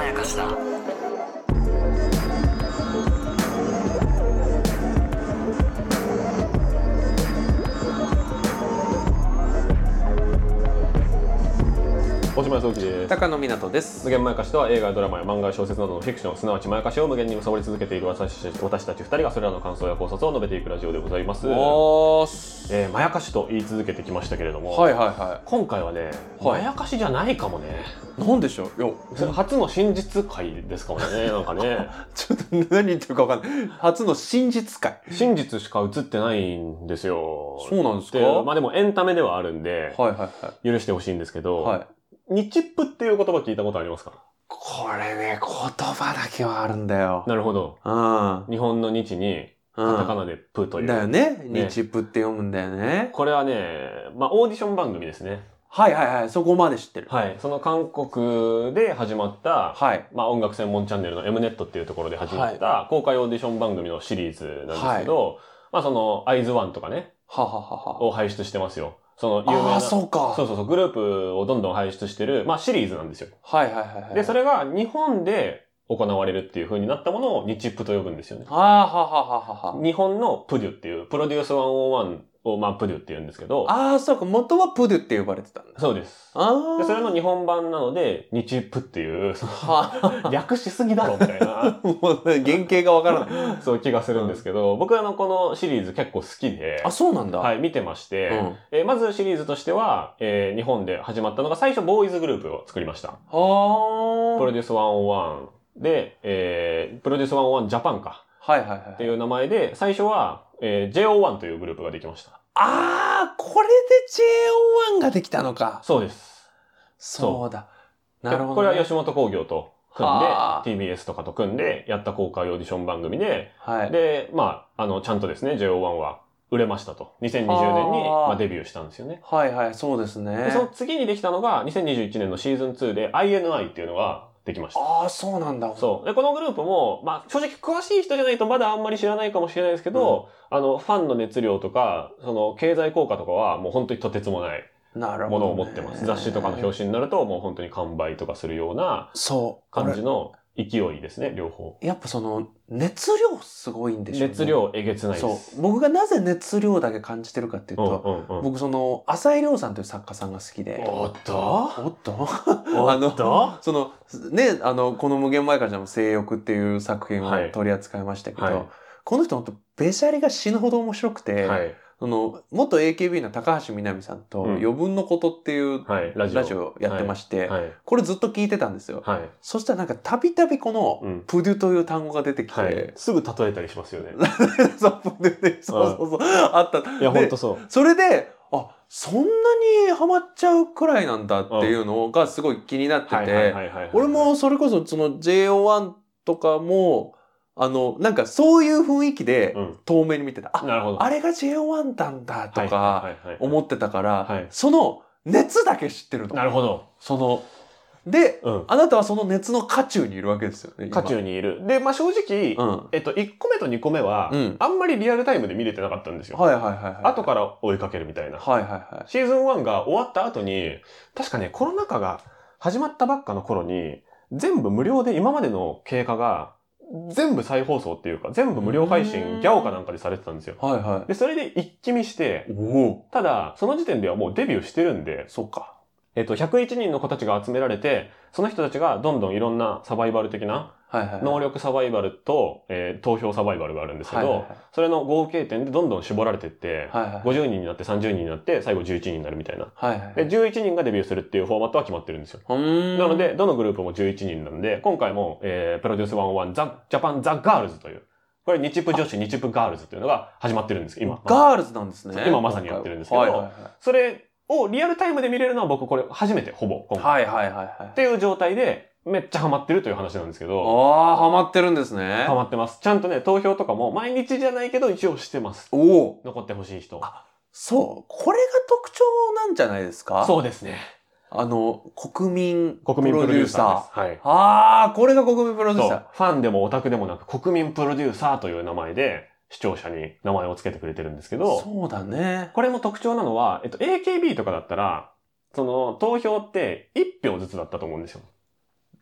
やかしだ。 大島康之です。 高野湊です。 無限まやかしとは映画、ドラマや漫画や小説などのフィクション、すなわちまやかしを無限に貪り続けている私たち2人がそれらの感想や考察を述べていくラジオでございます。まやかしと言い続けてきましたけれども、 はいはいは今回はね、まやかしじゃないかもね。 なんでしょうよ。 初の真実会ですかもね。なんかね。 ちょっと何言ってるか分かんない。初の真実会。 真実しか映ってないんですよ。 そうなんですか？ まあでもエンタメではあるんで、 はいはいは許してほしいんですけど、 はい。 日ップっていう言葉聞いたことありますか？ これね、言葉だけはあるんだよ。 なるほど。 うん。 日本の日に、カタカナでプという。 だよね。日プって読むんだよね。 これはね、まあオーディション番組ですね。 はいはいはい。そこまで知ってる。 はい。その韓国で始まった、 はい。 まあ音楽専門チャンネルの Mnet っていうところで始まった公開オーディション番組のシリーズなんですけど、まあそのアイズワンとかね、を輩出してますよ。その有名な。 そうか。 そう、グループをどんどん輩出してる、まあシリーズなんですよ。 はいはいはいはい。 で、それが日本で行われるっていう風になったものを日ップと呼ぶんですよね。日本のプデュっていう、プロデュース101をまあプデュって言うんですけど。 そうか。元はプデュって呼ばれてたんだ。 そうです。で、それの日本版なので、日ップっていう、略しすぎだろみたいな。 もう原型がわからない。 そう気がするんですけど、僕はこのシリーズ結構好きで。 そうなんだ。 はい、見てまして、まずシリーズとしては、日本で始まったのが最初ボーイズグループを作りました。プロデュース101で、プロデュース101ジャパンか。 はいはいはい。 っていう名前で、最初は、JO1 というグループができました。 これで JO1 ができたのか。 そうです。 そうだ。なるほど、ね。 これは吉本興業と組んで、TBS とかと組んでやった公開オーディション番組で、はい、で、まあ、ちゃんとですね、JO1 は売れましたと。2020年に、まあ、デビューしたんですよね。 はいはい、そうですね。 で、その次にできたのが、2021年のシーズン2で INI っていうのができました。 そうなんだ。 そう。で、このグループも、まあ、正直詳しい人じゃないとまだあんまり知らないかもしれないですけど、ファンの熱量とか、その、経済効果とかはもう本当にとてつもないものを持ってます。雑誌とかの表紙になるともう本当に完売とかするような感じの勢いですね、両方。 やっぱその、熱量すごいんでしょうね。 熱量えげつないです。 そう。僕がなぜ熱量だけ感じてるかっていうと、僕その、浅井亮さんという作家さんが好きで。 おっとその、ね、この無限前からの性欲っていう作品を取り扱いましたけど、この人本当べしゃりが死ぬほど面白くて、元 AKB の高橋みなみさんと余分のことっていうラジオをやってまして、これずっと聞いてたんですよ。そしたらなんかたびたびこのプデュという単語が出てきて、 すぐ例えたりしますよね。 そう、プデュで、そう、あった。 いや、ほんとそう。 それで、そんなにハマっちゃうくらいなんだっていうのがすごい気になってて、俺もそれこそその JO1 とかも、なんかそういう雰囲気で遠目に見てた。 なるほど。 あれが JO1 なんだとか思ってたから、その熱だけ知ってるの。 なるほど。 で、あなたはその熱の渦中にいるわけですよね。 渦中にいる。で、まあ正直、1個目と2個目は、あんまりリアルタイムで見れてなかったんですよ。後から追いかけるみたいな。シーズン1が終わった後に、確かね、コロナ禍が始まったばっかの頃に、全部無料で今までの経過が、全部再放送っていうか、全部無料配信、ギャオかなんかでされてたんですよ。で、それで一気見して、ただ、その時点ではもうデビューしてるんで、 そうか。 101人の子たちが集められて、その人たちがどんどんいろんなサバイバル的な、能力サバイバルと、投票サバイバルがあるんですけど、それの合計点でどんどん絞られていって、50人になって30人になって最後11人になるみたいな。で、11人がデビューするっていうフォーマットは決まってるんですよ。なので、どのグループも11人なんで、今回も、プロデュース101ジャパンザ・ガールズという、これ日プ女子、日プガールズというのが始まってるんです今。 ガールズなんですね。 今まさにやってるんですけど、それをリアルタイムで見れるのは僕これ初めてほぼ今回。っていう状態でめっちゃハマってるという話なんですけど。 ハマってるんですね。 ハマってます。ちゃんとね、投票とかも毎日じゃないけど一応してます。残ってほしい人。 そう。これが特徴なんじゃないですか？ そうですね。 国民プロデューデューサーです。はい。 これが国民プロデューサー。 ファンでもオタクでもなく国民プロデューサーという名前で、視聴者に名前を付けてくれてるんですけど。 そうだね。 これも特徴なのは、AKB とかだったら、その投票って1票ずつだったと思うんですよ。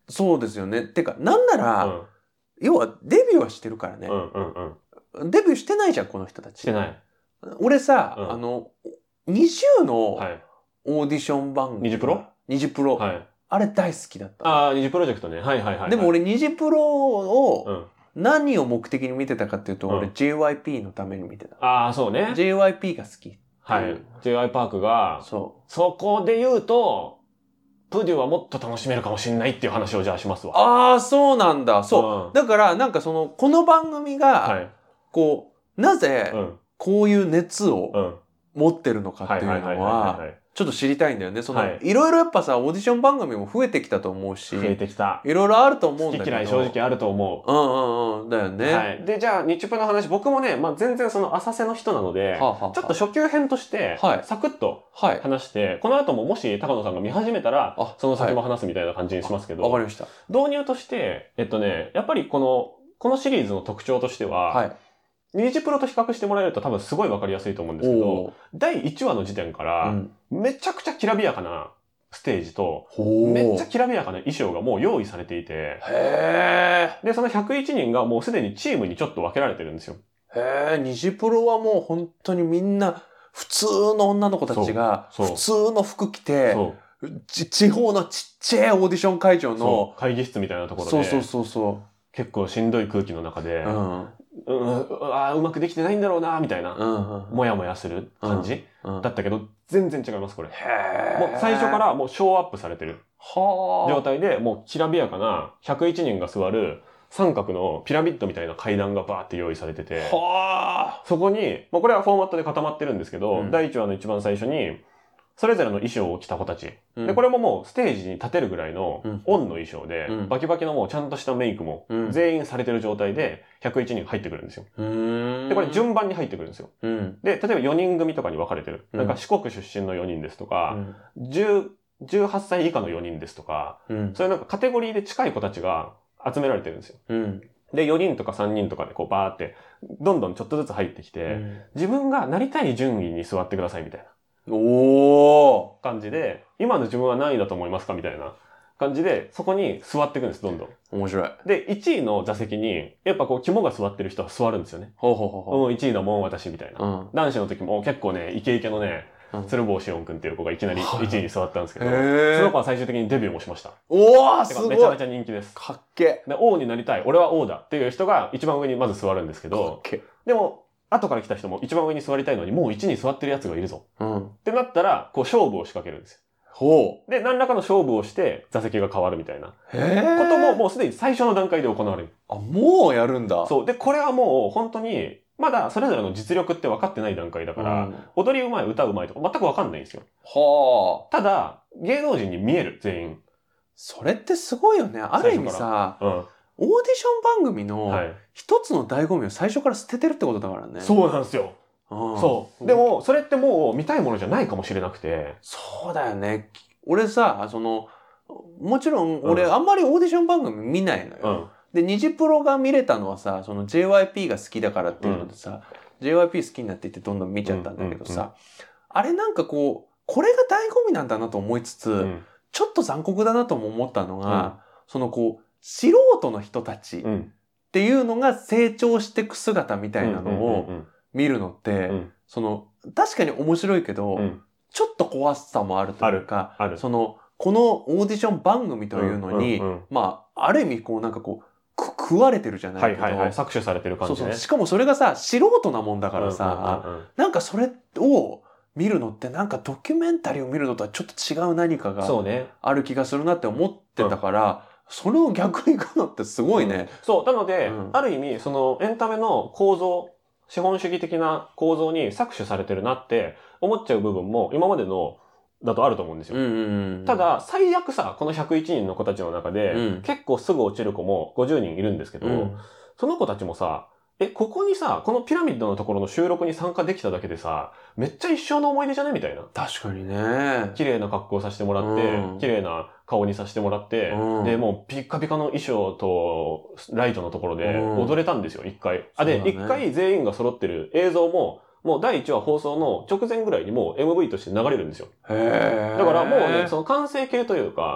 そうですよね。てか、なんなら、要はデビューはしてるからね。デビューしてないじゃん、この人たち。 してない。 俺さ、20のオーディション番組。 ニジプロ？ ニジプロ。あれ大好きだった。 ああ、ニジプロジェクトね。 でも俺ニジプロを何を目的に見てたかっていうと、俺 JYP のために見てた。 ああ、そうね。 JYP が好き。 はい。JY パークが、そこで言うと、プデュはもっと楽しめるかもしれないっていう話をじゃあしますわ。 ああ、そうなんだ。そう。だから、なんかこの番組が、こう、なぜ、こういう熱を持ってるのかっていうのは、ちょっと知りたいんだよね。いろいろやっぱさ、オーディション番組も増えてきたと思うし。 増えてきた。 いろいろあると思うんだけど。 好き嫌い正直あると思う。だよね。 はい。で、じゃあ、日プの話、僕もね、全然浅瀬の人なので、ちょっと初級編として、サクッと話して、この後ももし高野さんが見始めたら、その先も話すみたいな感じにしますけど。 わかりました。 導入として、やっぱりこのシリーズの特徴としては、ニジプロと比較してもらえると多分すごいわかりやすいと思うんですけど、第1話の時点から、めちゃくちゃきらびやかなステージと、めっちゃきらびやかな衣装がもう用意されていて、で、その101人がもうすでにチームにちょっと分けられてるんですよ。 ニジプロはもう本当にみんな、普通の女の子たちが、普通の服着て、地方のちっちゃいオーディション会場の、 会議室みたいなところで、結構しんどい空気の中で、うまくできてないんだろうな、みたいな、もやもやする感じだったけど、全然違います、これ。もう最初からもうショーアップされてる状態で、もうきらびやかな101人が座る三角のピラミッドみたいな階段がバーって用意されてて、そこに、これはフォーマットで固まってるんですけど、第1話の一番最初に、それぞれの衣装を着た子たち。で、これももうステージに立てるぐらいのオンの衣装で、バキバキのもうちゃんとしたメイクも全員されてる状態で101人が入ってくるんですよ。で、これ順番に入ってくるんですよ。で、例えば4人組とかに分かれてる。なんか四国出身の4人ですとか、18歳以下の4人ですとか、そういうなんかカテゴリーで近い子たちが集められてるんですよ。で、4人とか3人とかでこうバーって、どんどんちょっとずつ入ってきて、自分がなりたい順位に座ってくださいみたいな。感じで、今の自分は何位だと思いますかみたいな感じで、そこに座っていくんです、どんどん。 面白い。 で、1位の座席に、やっぱこう、肝が座ってる人は座るんですよね。1位だもん、私、みたいな。男子の時も結構ね、イケイケのね、鶴房しおんくんっていう子がいきなり1位に座ったんですけど、その子は最終的にデビューもしました。 すごい。 めちゃめちゃ人気です。 かっけで、王になりたい、俺は王だっていう人が一番上にまず座るんですけど、でも、後から来た人も一番上に座りたいのにもう1に座ってるやつがいるぞ。ってなったら、こう勝負を仕掛けるんですよ。で、何らかの勝負をして座席が変わるみたいなことももうすでに最初の段階で行われる。 もうやるんだ。 そう。で、これはもう本当に、まだそれぞれの実力って分かってない段階だから、踊りうまい、歌うまいとか全く分かんないんですよ。ただ、芸能人に見える、全員。 それってすごいよね。ある意味さ、オーディション番組の一つの醍醐味を最初から捨ててるってことだからね。 そうなんですよ。そう。でも、それってもう見たいものじゃないかもしれなくて。 そうだよね。俺さ、もちろん俺あんまりオーディション番組見ないのよ。で、ニジプロが見れたのはさ、JYP が好きだからっていうのでさ、JYP 好きになっていってどんどん見ちゃったんだけどさ、あれなんかこれが醍醐味なんだなと思いつつ、ちょっと残酷だなとも思ったのが、素人の人たちっていうのが成長していく姿みたいなのを見るのって、確かに面白いけど、ちょっと怖さもあるというか、このオーディション番組というのに、ある意味食われてるじゃないけど、 搾取されてる感じね。 しかもそれがさ、素人なもんだからさ、なんかそれを見るのってなんかドキュメンタリーを見るのとはちょっと違う何かがある気がするなって思ってたから、それを逆に行くのってすごいね。 そう。なので、ある意味、エンタメの構造、資本主義的な構造に搾取されてるなって思っちゃう部分も今までのだとあると思うんですよ。ただ、最悪さ、この101人の子たちの中で、結構すぐ落ちる子も50人いるんですけど、その子たちもさ、ここにさ、このピラミッドのところの収録に参加できただけでさ、めっちゃ一生の思い出じゃねみたいな。 確かにね。 綺麗な格好させてもらって、綺麗な顔にさせてもらって、で、もうピッカピカの衣装とライトのところで踊れたんですよ、一回。で、一回全員が揃ってる映像も、もう第1話放送の直前ぐらいにもう MV として流れるんですよ。だからもうね、その完成形というか、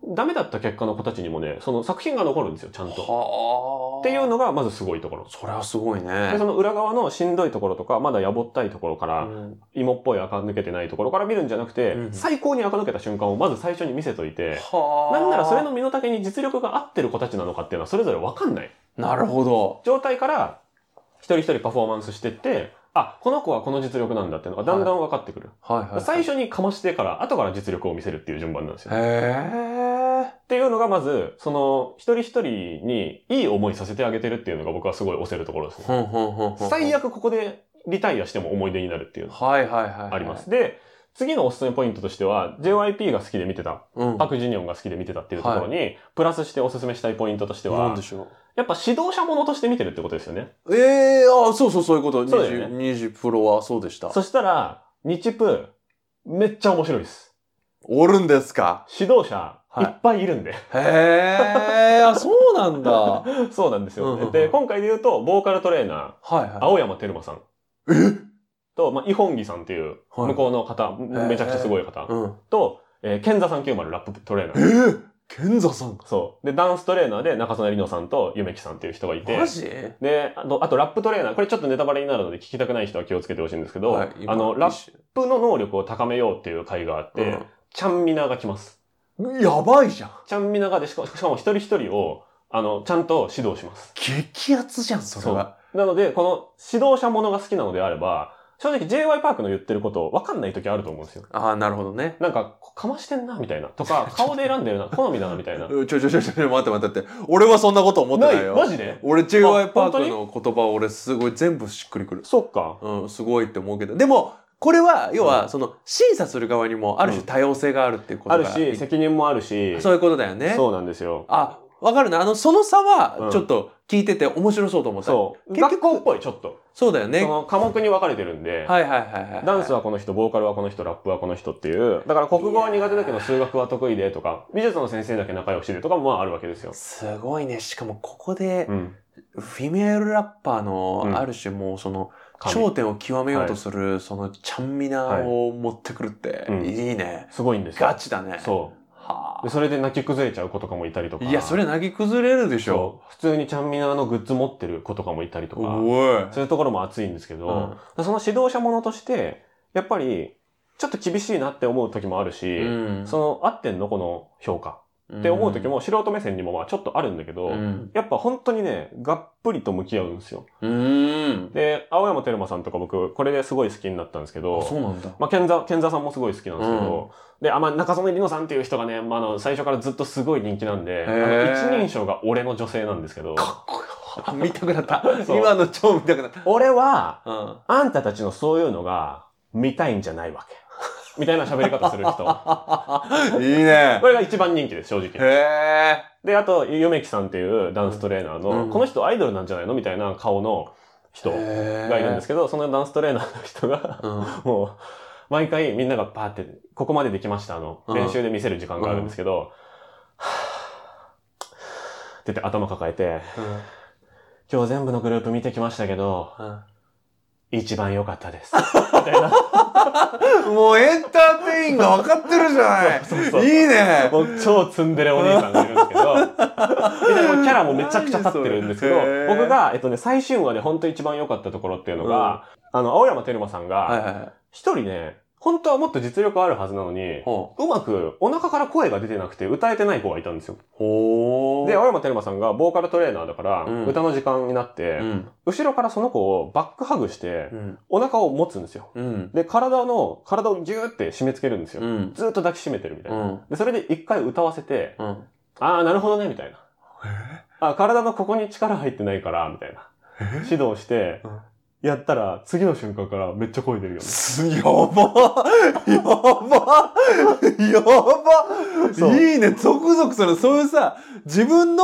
ダメだった結果の子たちにもね、その作品が残るんですよ、ちゃんと。っていうのがまずすごいところ。 それはすごいね。 で、その裏側のしんどいところとか、まだやぼったいところから、芋っぽい垢抜けてないところから見るんじゃなくて、最高に垢抜けた瞬間をまず最初に見せといて、なんならそれの身の丈に実力が合ってる子たちなのかっていうのはそれぞれわかんない。 なるほど。 状態から、一人一人パフォーマンスしてって、あ、この子はこの実力なんだっていうのがだんだん分かってくる。最初にかましてから、後から実力を見せるっていう順番なんですよ。っていうのがまず、その、一人一人にいい思いさせてあげてるっていうのが僕はすごい推せるところですね。最悪ここでリタイアしても思い出になるっていうのがあります。で、次のおすすめポイントとしては、JYP が好きで見てた、パク・ジュニョンが好きで見てたっていうところに、プラスしておすすめしたいポイントとしては、やっぱ指導者者として見てるってことですよね。 そういうこと。ニジプロはそうでした。 そしたら、日プ、めっちゃ面白いです。 おるんですか？ 指導者、いっぱいいるんで。 そうなんだ。 そうなんですよ。で、今回で言うと、ボーカルトレーナー、青山テルマさん。と、イホンギさんっていう、向こうの方、めちゃくちゃすごい方。と、ケンザ390ラップトレーナー。 ケンザさん？ そう。で、ダンストレーナーで中曽根里乃さんとゆめきさんっていう人がいて。 マジ？ で、あとラップトレーナー。これちょっとネタバレになるので聞きたくない人は気をつけてほしいんですけど、ラップの能力を高めようっていう回があって、ちゃんみなが来ます。 やばいじゃん。 ちゃんみながでしかも一人一人を、ちゃんと指導します。 激アツじゃん、それは。 なので、この指導者ものが好きなのであれば、正直 J.Y. パークの言ってること分かんない時あると思うんですよ。 なるほどね。 なんか、かましてんな、みたいな。とか、顔で選んでるな、好みだな、みたいな。 待って。俺はそんなこと思ってないよ。 マジで？ 俺 J.Y. パークの言葉俺すごい全部しっくりくる。 そっか。 すごいって思うけど。でも、これは、要は、その、審査する側にもある種多様性があるっていうことが、 あるし、責任もあるし。 そういうことだよね。 そうなんですよ。 わかるな。その差は、ちょっと聞いてて面白そうと思った。 そう。学校っぽい、ちょっと。 そうだよね。 その科目に分かれてるんで。ダンスはこの人、ボーカルはこの人、ラップはこの人っていう。だから国語は苦手だけど数学は得意でとか、美術の先生だけ仲良しでとかもあるわけですよ。 すごいね。しかもここで、フィメールラッパーの、ある種もうその、頂点を極めようとする、その、ちゃんみなを持ってくるって、いいね。 すごいんですよ。 ガチだね。 そう。で、それで泣き崩れちゃう子とかもいたりとか。 いや、それ泣き崩れるでしょ。 普通にちゃんみなのグッズ持ってる子とかもいたりとか。そういうところも熱いんですけど、その指導者者として、やっぱり、ちょっと厳しいなって思う時もあるし、その、合ってんのこの評価。って思う時も素人目線にもちょっとあるんだけど、やっぱ本当にね、がっぷりと向き合うんですよ。で、青山テルマさんとか僕、これですごい好きになったんですけど、 そうなんだ。 ケンザさんもすごい好きなんですけど、で、中曽根里乃さんっていう人がね、最初からずっとすごい人気なんで、一人称が俺の女性なんですけど、 かっこよ。見たくなった。今の超見たくなった。 俺は、あんたたちのそういうのが見たいんじゃないわけ。みたいな喋り方する人。 いいね。 これが一番人気です、正直。で、あと、ゆめきさんっていうダンストレーナーの、この人アイドルなんじゃないのみたいな顔の人がいるんですけど、そのダンストレーナーの人が、もう、毎回みんながパーって、ここまでできました、練習で見せる時間があるんですけど、って言って頭抱えて、今日全部のグループ見てきましたけど、一番良かったです。みたいな。 もうエンターテインが分かってるじゃない。いいね。 もう超ツンデレお兄さんがいるんですけど、みたいなキャラもめちゃくちゃ立ってるんですけど、僕が、最終話で本当一番良かったところっていうのが、青山テルマさんが、一人ね、本当はもっと実力あるはずなのに、うまくお腹から声が出てなくて歌えてない子がいたんですよ。で、青山テルマさんがボーカルトレーナーだから、歌の時間になって、後ろからその子をバックハグして、お腹を持つんですよ。で、体をギューって締め付けるんですよ。ずっと抱きしめてるみたいな。で、それで一回歌わせて、なるほどね、みたいな。体のここに力入ってないから、みたいな。指導して、やったら、次の瞬間からめっちゃ声出るよね。 やばいいね、ゾクゾクする。そういうさ、自分の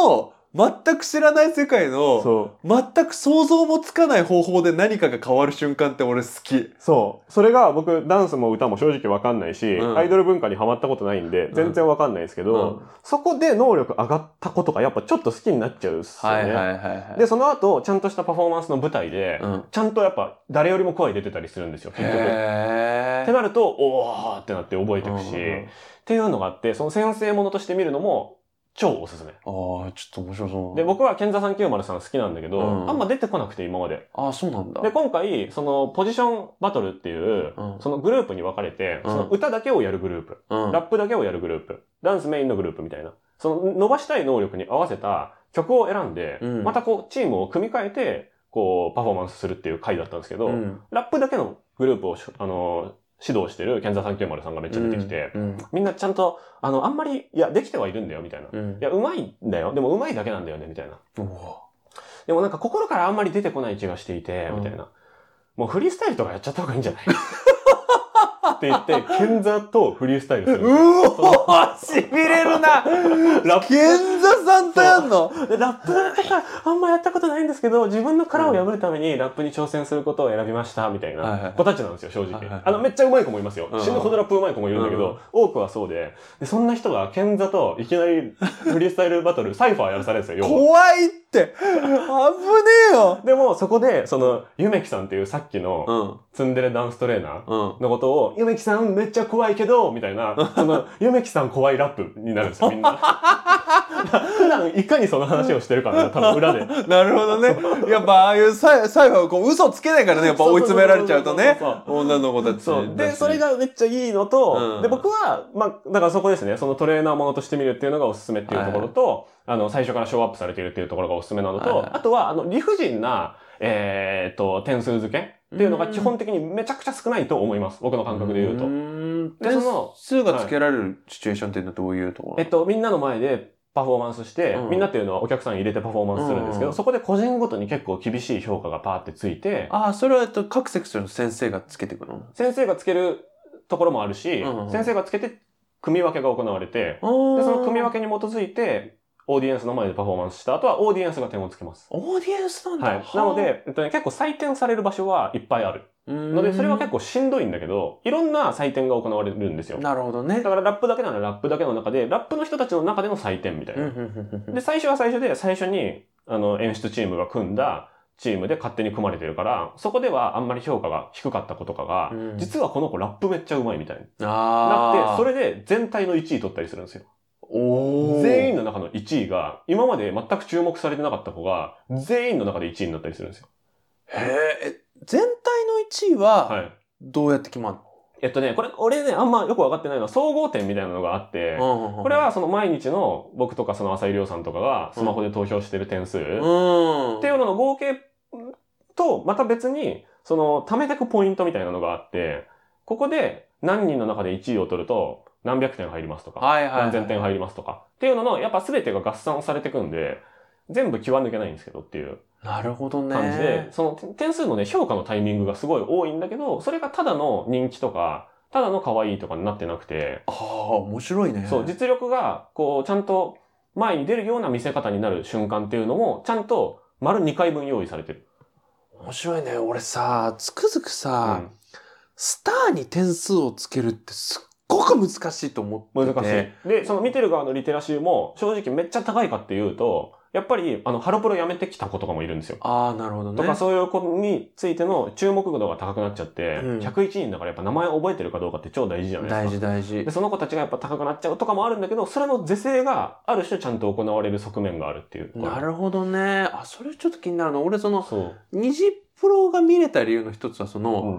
全く知らない世界の、全く想像もつかない方法で何かが変わる瞬間って俺好き。 そう。それが僕、ダンスも歌も正直わかんないし、アイドル文化にハマったことないんで、全然わかんないですけど、そこで能力上がったことがやっぱちょっと好きになっちゃうっすよね。で、その後、ちゃんとしたパフォーマンスの舞台で、ちゃんとやっぱ誰よりも声出てたりするんですよ、結局。ってなると、おーってなって覚えていくし、っていうのがあって、その先生ものとして見るのも、超おすすめ。 ああ、ちょっと面白そう。 で、僕はケンザ390さん好きなんだけど、あんま出てこなくて今まで。 ああ、そうなんだ。 で、今回、そのポジションバトルっていう、そのグループに分かれて、その歌だけをやるグループ、ラップだけをやるグループ、ダンスメインのグループみたいな、その伸ばしたい能力に合わせた曲を選んで、またこう、チームを組み替えて、こう、パフォーマンスするっていう回だったんですけど、ラップだけのグループを、指導してるケンザ390さんがめっちゃ出てきて、みんなちゃんと、あんまり、いや、できてはいるんだよ、みたいな。いや、上手いんだよ。でも上手いだけなんだよね、みたいな。でもなんか心からあんまり出てこない気がしていて、みたいな。もうフリースタイルとかやっちゃった方がいいんじゃないって言って、ケンザとフリースタイルする。 痺れるなケンザさんとやんのでラップあんまやったことないんですけど、自分の殻を破るためにラップに挑戦することを選びました、みたいな子たちなんですよ、正直。めっちゃ上手い子もいますよ。死ぬほどラップ上手い子もいるんだけど、多くはそうで、そんな人がケンザといきなりフリースタイルバトル、サイファーやらされるんですよ、 怖いって危ねえよでも、そこで、ゆめきさんっていうさっきの、ツンデレダンストレーナーのことを、ゆめきさんめっちゃ怖いけど、みたいな、ゆめきさん怖いラップになるんですよ、みんな。普段いかにその話をしてるかな、多分裏で。 なるほどね。やっぱああいうサイファーはこう嘘つけないからね、やっぱ追い詰められちゃうとね。女の子たち。 そう。で、それがめっちゃいいのと、で、僕は、だからそこですね、そのトレーナーものとして見るっていうのがおすすめっていうところと、最初からショーアップされているっていうところがおすすめなのと、あとは、理不尽な、点数付けっていうのが基本的にめちゃくちゃ少ないと思います。僕の感覚で言うと。 で、点数が付けられるシチュエーションっていうのはどういうところ？ みんなの前でパフォーマンスして、みんなっていうのはお客さん入れてパフォーマンスするんですけど、そこで個人ごとに結構厳しい評価がパーってついて。 ああ、それは各セクションの先生がつけていくの？ 先生がつけるところもあるし、先生がつけて組み分けが行われて、で、その組み分けに基づいて、オーディエンスの前でパフォーマンスした後はオーディエンスが点をつけます。 オーディエンスなんだ。 はい。なので、結構採点される場所はいっぱいある。ので、それは結構しんどいんだけど、いろんな採点が行われるんですよ。 なるほどね。 だからラップだけならラップだけの中で、ラップの人たちの中での採点みたいな。で、最初は最初で、最初に、演出チームが組んだチームで勝手に組まれてるから、そこではあんまり評価が低かった子とかが、実はこの子ラップめっちゃ上手いみたいになって、それで全体の1位取ったりするんですよ。全員の中の1位が、今まで全く注目されてなかった子が、全員の中で1位になったりするんですよ。 全体の1位は、どうやって決まるの？ これ、俺ね、あんまよくわかってないのは、総合点みたいなのがあって、これはその毎日の僕とかその浅井亮さんとかがスマホで投票してる点数っていうのの合計と、また別に、その、貯めてくポイントみたいなのがあって、ここで何人の中で1位を取ると、何百点入りますとか、何千点入りますとか、っていうのの、やっぱ全てが合算されてくんで、全部気は抜けないんですけどっていう。 なるほどね。 感じで、その点数のね、評価のタイミングがすごい多いんだけど、それがただの人気とか、ただの可愛いとかになってなくて。 ああ、面白いね。 そう、実力が、こう、ちゃんと前に出るような見せ方になる瞬間っていうのも、ちゃんと丸2回分用意されてる。 面白いね。俺さ、つくづくさ、スターに点数をつけるってすっごく難しいと思ってて。 難しい。で、その見てる側のリテラシーも、正直めっちゃ高いかっていうと、やっぱり、ハロプロ辞めてきた子とかもいるんですよ。 ああ、なるほどね。 とか、そういう子についての注目度が高くなっちゃって、101人だからやっぱ名前覚えてるかどうかって超大事じゃないですか。 大事。 で、その子たちがやっぱ高くなっちゃうとかもあるんだけど、それの是正がある種ちゃんと行われる側面があるっていう。 なるほどね。あ、それちょっと気になるの。俺二次プロが見れた理由の一つは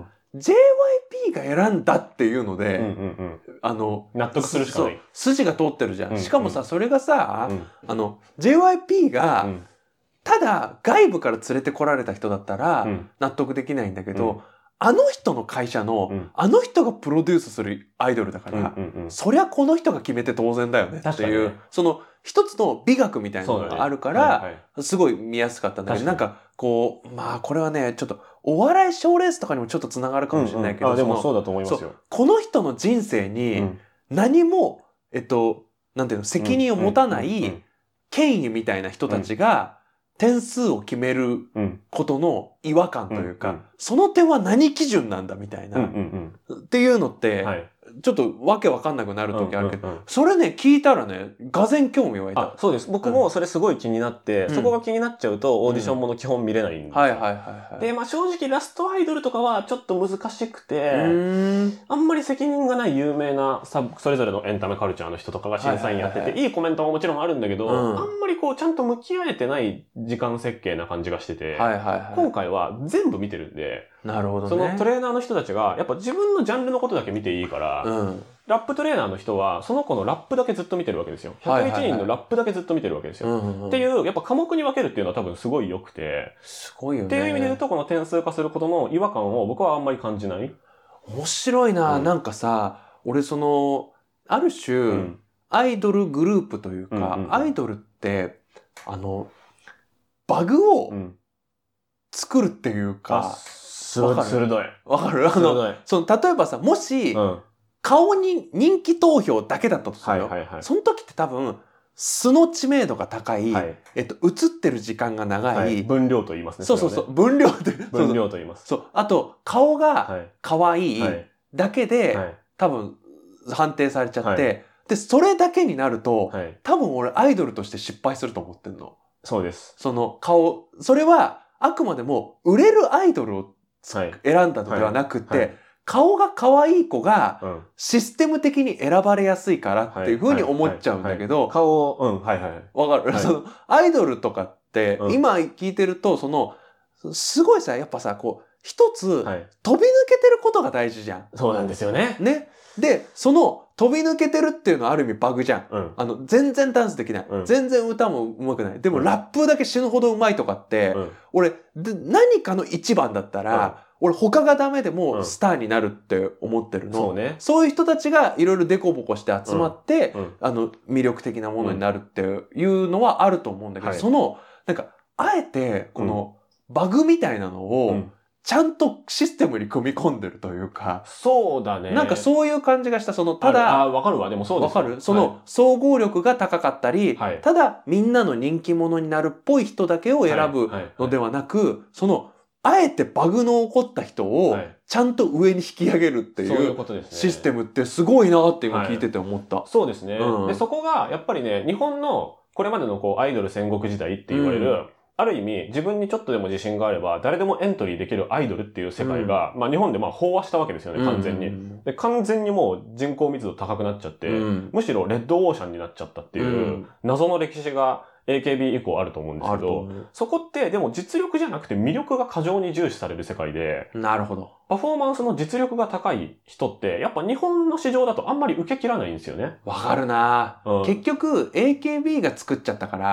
JYP が選んだっていうので、 納得するしかない。 筋が通ってるじゃん。しかもさ、それがさ、JYP が、ただ外部から連れてこられた人だったら納得できないんだけど、あの人の会社の、あの人がプロデュースするアイドルだから、そりゃこの人が決めて当然だよねっていう、その一つの美学みたいなのがあるから、すごい見やすかったんだけど、なんかこう、まあこれはね、ちょっとお笑い賞レースとかにもちょっとつながるかもしれないけど、 でもそうだと思いますよ。 この人の人生に何も、なんていうの、責任を持たない権威みたいな人たちが点数を決めることの違和感というか、その点は何基準なんだみたいな、っていうのって、ちょっとわけわかんなくなる時あるけど、それね、聞いたらね、がぜん興味湧いた。 そうです。僕もそれすごい気になって、そこが気になっちゃうとオーディションもの基本見れないんですよ。で、正直ラストアイドルとかはちょっと難しくて、あんまり責任がない有名なそれぞれのエンタメカルチャーの人とかが審査員やってて、いいコメントももちろんあるんだけど、あんまりちゃんと向き合えてない時間設計な感じがしてて、今回は全部見てるんで、 なるほどね。 そのトレーナーの人たちが、やっぱ自分のジャンルのことだけ見ていいから、ラップトレーナーの人は、その子のラップだけずっと見てるわけですよ。101人のラップだけずっと見てるわけですよ。っていう、やっぱ科目に分けるっていうのは多分すごい良くて。 すごいよね。 っていう意味で言うと、この点数化することの違和感を僕はあんまり感じない。 面白いな、なんかさ、俺ある種、アイドルグループというか、アイドルって、バグを作るっていうか、 鋭い。 わかる？例えばさ、もし、顔に人気投票だけだったとするよ。その時って多分、素の知名度が高い、映ってる時間が長い。 分量と言いますね。 そう。分量と言います。 そう。あと、顔が可愛いだけで、多分、判定されちゃって、で、それだけになると、多分俺アイドルとして失敗すると思ってんの。 そうです。 それは、あくまでも、売れるアイドルを選んだのではなくて、顔が可愛い子がシステム的に選ばれやすいからっていうふうに思っちゃうんだけど、わかる？アイドルとかって、今聞いてると、すごいさ、やっぱさ、一つ飛び抜けてることが大事じゃん。 そうなんですよね。 ね。で、飛び抜けてるっていうのはある意味バグじゃん。全然ダンスできない。全然歌も上手くない。でもラップだけ死ぬほど上手いとかって、俺、何かの一番だったら、俺他がダメでもスターになるって思ってるの。そういう人たちがいろいろデコボコして集まって、魅力的なものになるっていうのはあると思うんだけど、なんか、あえて、このバグみたいなのを、ちゃんとシステムに組み込んでるというか。 そうだね。 なんかそういう感じがした。ただ、 わかるわ。でもそうです。 わかる？総合力が高かったり、ただみんなの人気者になるっぽい人だけを選ぶのではなく、あえてバグの起こった人をちゃんと上に引き上げるっていうシステムってすごいなって今聞いてて思った。 そうですね。で、そこがやっぱりね、日本のこれまでのアイドル戦国時代って言われる、ある意味、自分にちょっとでも自信があれば、誰でもエントリーできるアイドルっていう世界が、日本で飽和したわけですよね、完全に。で、完全にもう人口密度高くなっちゃって、むしろレッドオーシャンになっちゃったっていう、謎の歴史が AKB 以降あると思うんですけど、そこってでも実力じゃなくて魅力が過剰に重視される世界で、 なるほど。 パフォーマンスの実力が高い人って、やっぱ日本の市場だとあんまり受け切らないんですよね。 わかるな、結局、AKB が作っちゃったから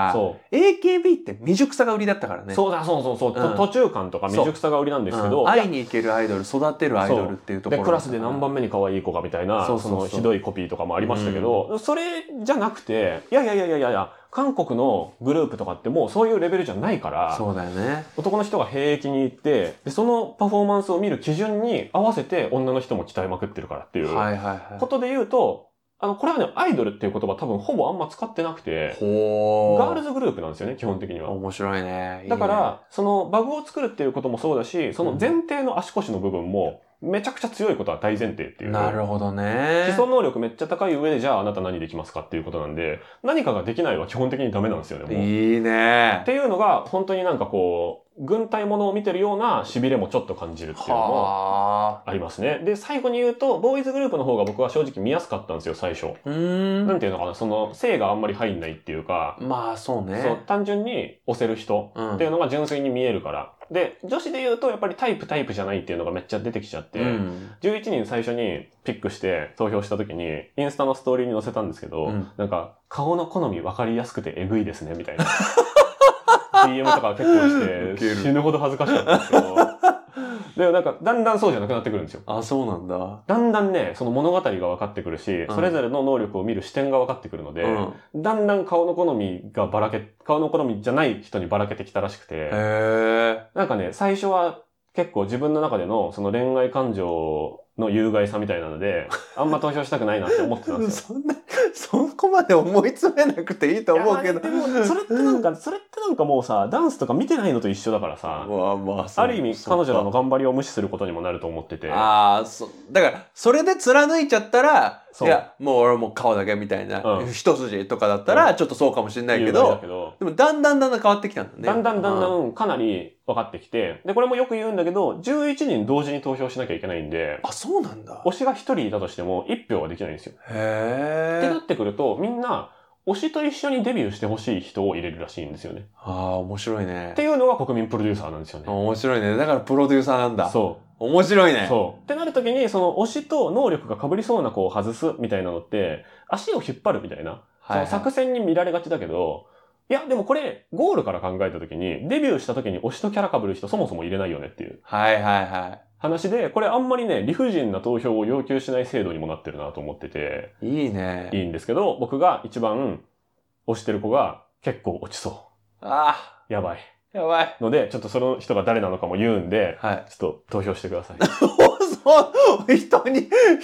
、AKB って未熟さが売りだったからね。 そう。途中感とか未熟さが売りなんですけど。 会いに行けるアイドル、育てるアイドルっていうところ。 で、クラスで何番目に可愛い子かみたいな、ひどいコピーとかもありましたけど、それじゃなくて、いや、韓国のグループとかってもうそういうレベルじゃないから、 そうだよね。 男の人が兵役に行って、で、そのパフォーマンスを見る基準に合わせて女の人も鍛えまくってるからっていうことで言うと、これはね、アイドルっていう言葉多分ほぼあんま使ってなくて、ガールズグループなんですよね、基本的には。 面白いね。 だから、バグを作るっていうこともそうだし、その前提の足腰の部分も、めちゃくちゃ強いことは大前提っていう。 なるほどね。 基礎能力めっちゃ高い上で、じゃああなた何できますかっていうことなんで、何かができないは基本的にダメなんですよね、もう。 いいね。 っていうのが、本当になんか軍隊ものを見てるような痺れもちょっと感じるっていうのもありますね。で、最後に言うと、ボーイズグループの方が僕は正直見やすかったんですよ、最初。なんていうのかな、性があんまり入んないっていうか。 そうね。 単純に押せる人っていうのが純粋に見えるから。で、女子で言うとやっぱりタイプじゃないっていうのがめっちゃ出てきちゃって、11人最初にピックして投票した時に、インスタのストーリーに載せたんですけど、なんか、顔の好み分かりやすくてエグいですね、みたいな。DM とか結構して死ぬほど恥ずかしかったんですけど。で、なんか、だんだんそうじゃなくなってくるんですよ。 あ、そうなんだ。 だんだんね、その物語が分かってくるし、それぞれの能力を見る視点が分かってくるので、だんだん顔の好みじゃない人にばらけてきたらしくて、なんかね、最初は結構自分の中でのその恋愛感情の有害さみたいなので、あんま投票したくないなって思ってたんですよ。 そこまで思い詰めなくていいと思うけど。 でもそれってなんかもうさ、ダンスとか見てないのと一緒だからさ、ある意味彼女らの頑張りを無視することにもなると思ってて。 だからそれで貫いちゃったら、いやもう俺もう顔だけみたいな、一筋とかだったらちょっとそうかもしれないけど、でもだんだん変わってきたんだね。 だんだんかなり分かってきて、でこれもよく言うんだけど、11人同時に投票しなきゃいけないんで、 あ、そうなんだ。 推しが1人いたとしても1票はできないんですよ。 へー。 ってなってくると、みんな推しと一緒にデビューしてほしい人を入れるらしいんですよね。 面白いね。 っていうのが国民プロデューサーなんですよね。 面白いね。だからプロデューサーなんだ。 そう。 面白いね。 そう。ってなるときに、その推しと能力が被りそうな子を外すみたいなのって、足を引っ張るみたいな、その作戦に見られがちだけど、いや、でもこれ、ゴールから考えたときに、デビューしたときに推しとキャラ被る人そもそも入れないよねっていう。話で、これあんまりね、理不尽な投票を要求しない制度にもなってるなと思ってて。 いいね。 いいんですけど、僕が一番推してる子が結構落ちそう。やばい。ので、ちょっとその人が誰なのかも言うんで、ちょっと投票してください。 人に。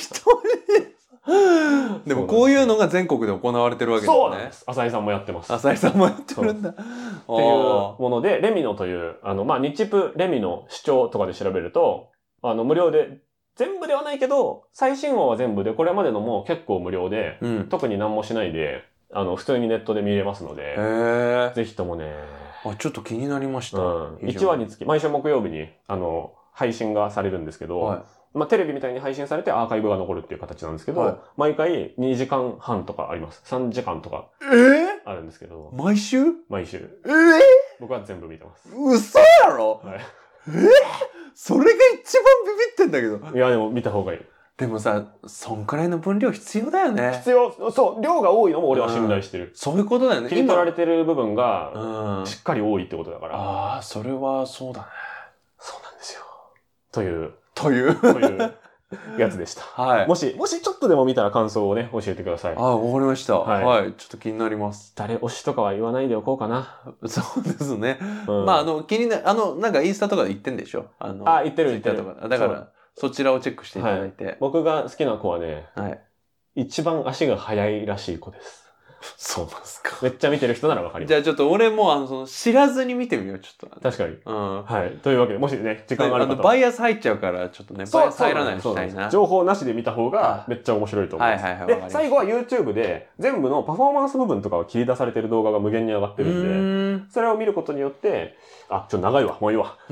でもこういうのが全国で行われてるわけですね。 そうなんです。浅井さんもやってます。 浅井さんもやってるんだ。っていうもので、レミノという、日プレミノ視聴とかで調べると、無料で、全部ではないけど、最新話は全部で、これまでのも結構無料で、特に何もしないで、普通にネットで見れますので、ぜひともね。 ちょっと気になりました。 1話につき、毎週木曜日に、配信がされるんですけど、テレビみたいに配信されてアーカイブが残るっていう形なんですけど、毎回2時間半とかあります。3時間とか。あるんですけど。 毎週僕は全部見てます。 嘘やろ？それが一番ビビってんだけど。 いや、でも見た方がいい。 でもさ、そんくらいの分量必要だよね。 必要。そう、量が多いのも俺は信頼してる。 そういうことだよね。 切り取られてる部分が、しっかり多いってことだから。 それはそうだね。 そうなんですよ。というやつでした。もしちょっとでも見たら感想をね、教えてください。 わかりました。ちょっと気になります。 誰推しとかは言わないでおこうかな。 そうですね。気になる、なんかインスタとかで言ってんでしょ？ 言ってる。 だから、そちらをチェックしていただいて。 僕が好きな子はね、一番足が速いらしい子です。 そうなんですか。 めっちゃ見てる人ならわかります。 じゃあちょっと俺も知らずに見てみよう、ちょっと。 確かに。というわけで、もしね、時間がある方は。 バイアス入っちゃうから、ちょっとね、バイアス入らないようにしたいな。 情報なしで見た方がめっちゃ面白いと思います。で、最後は YouTube で全部のパフォーマンス部分とかを切り出されてる動画が無限に上がってるんで、それを見ることによって、ちょっと長いわ、もういいわ。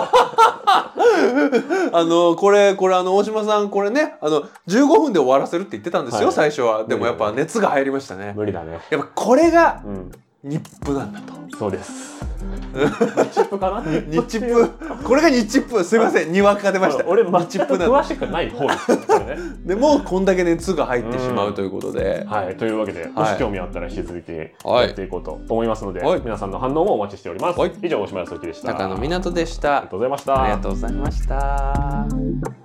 これ、大島さん、これね、15分で終わらせるって言ってたんですよ、最初は。でもやっぱ熱が入りましたね。 無理だね。 やっぱこれが、ニップなんだと。 そうです。ニチップかな？ ニチップ。これがニチップ。すいません、にわか出ました。 俺、全く詳しくない方ですこれね。 でも、こんだけ熱が入ってしまうということで。 というわけで、もし興味あったら引き続きやっていこうと思いますので、皆さんの反応もお待ちしております。以上、大島康之でした。 高野湊でした。 ありがとうございました。 ありがとうございました。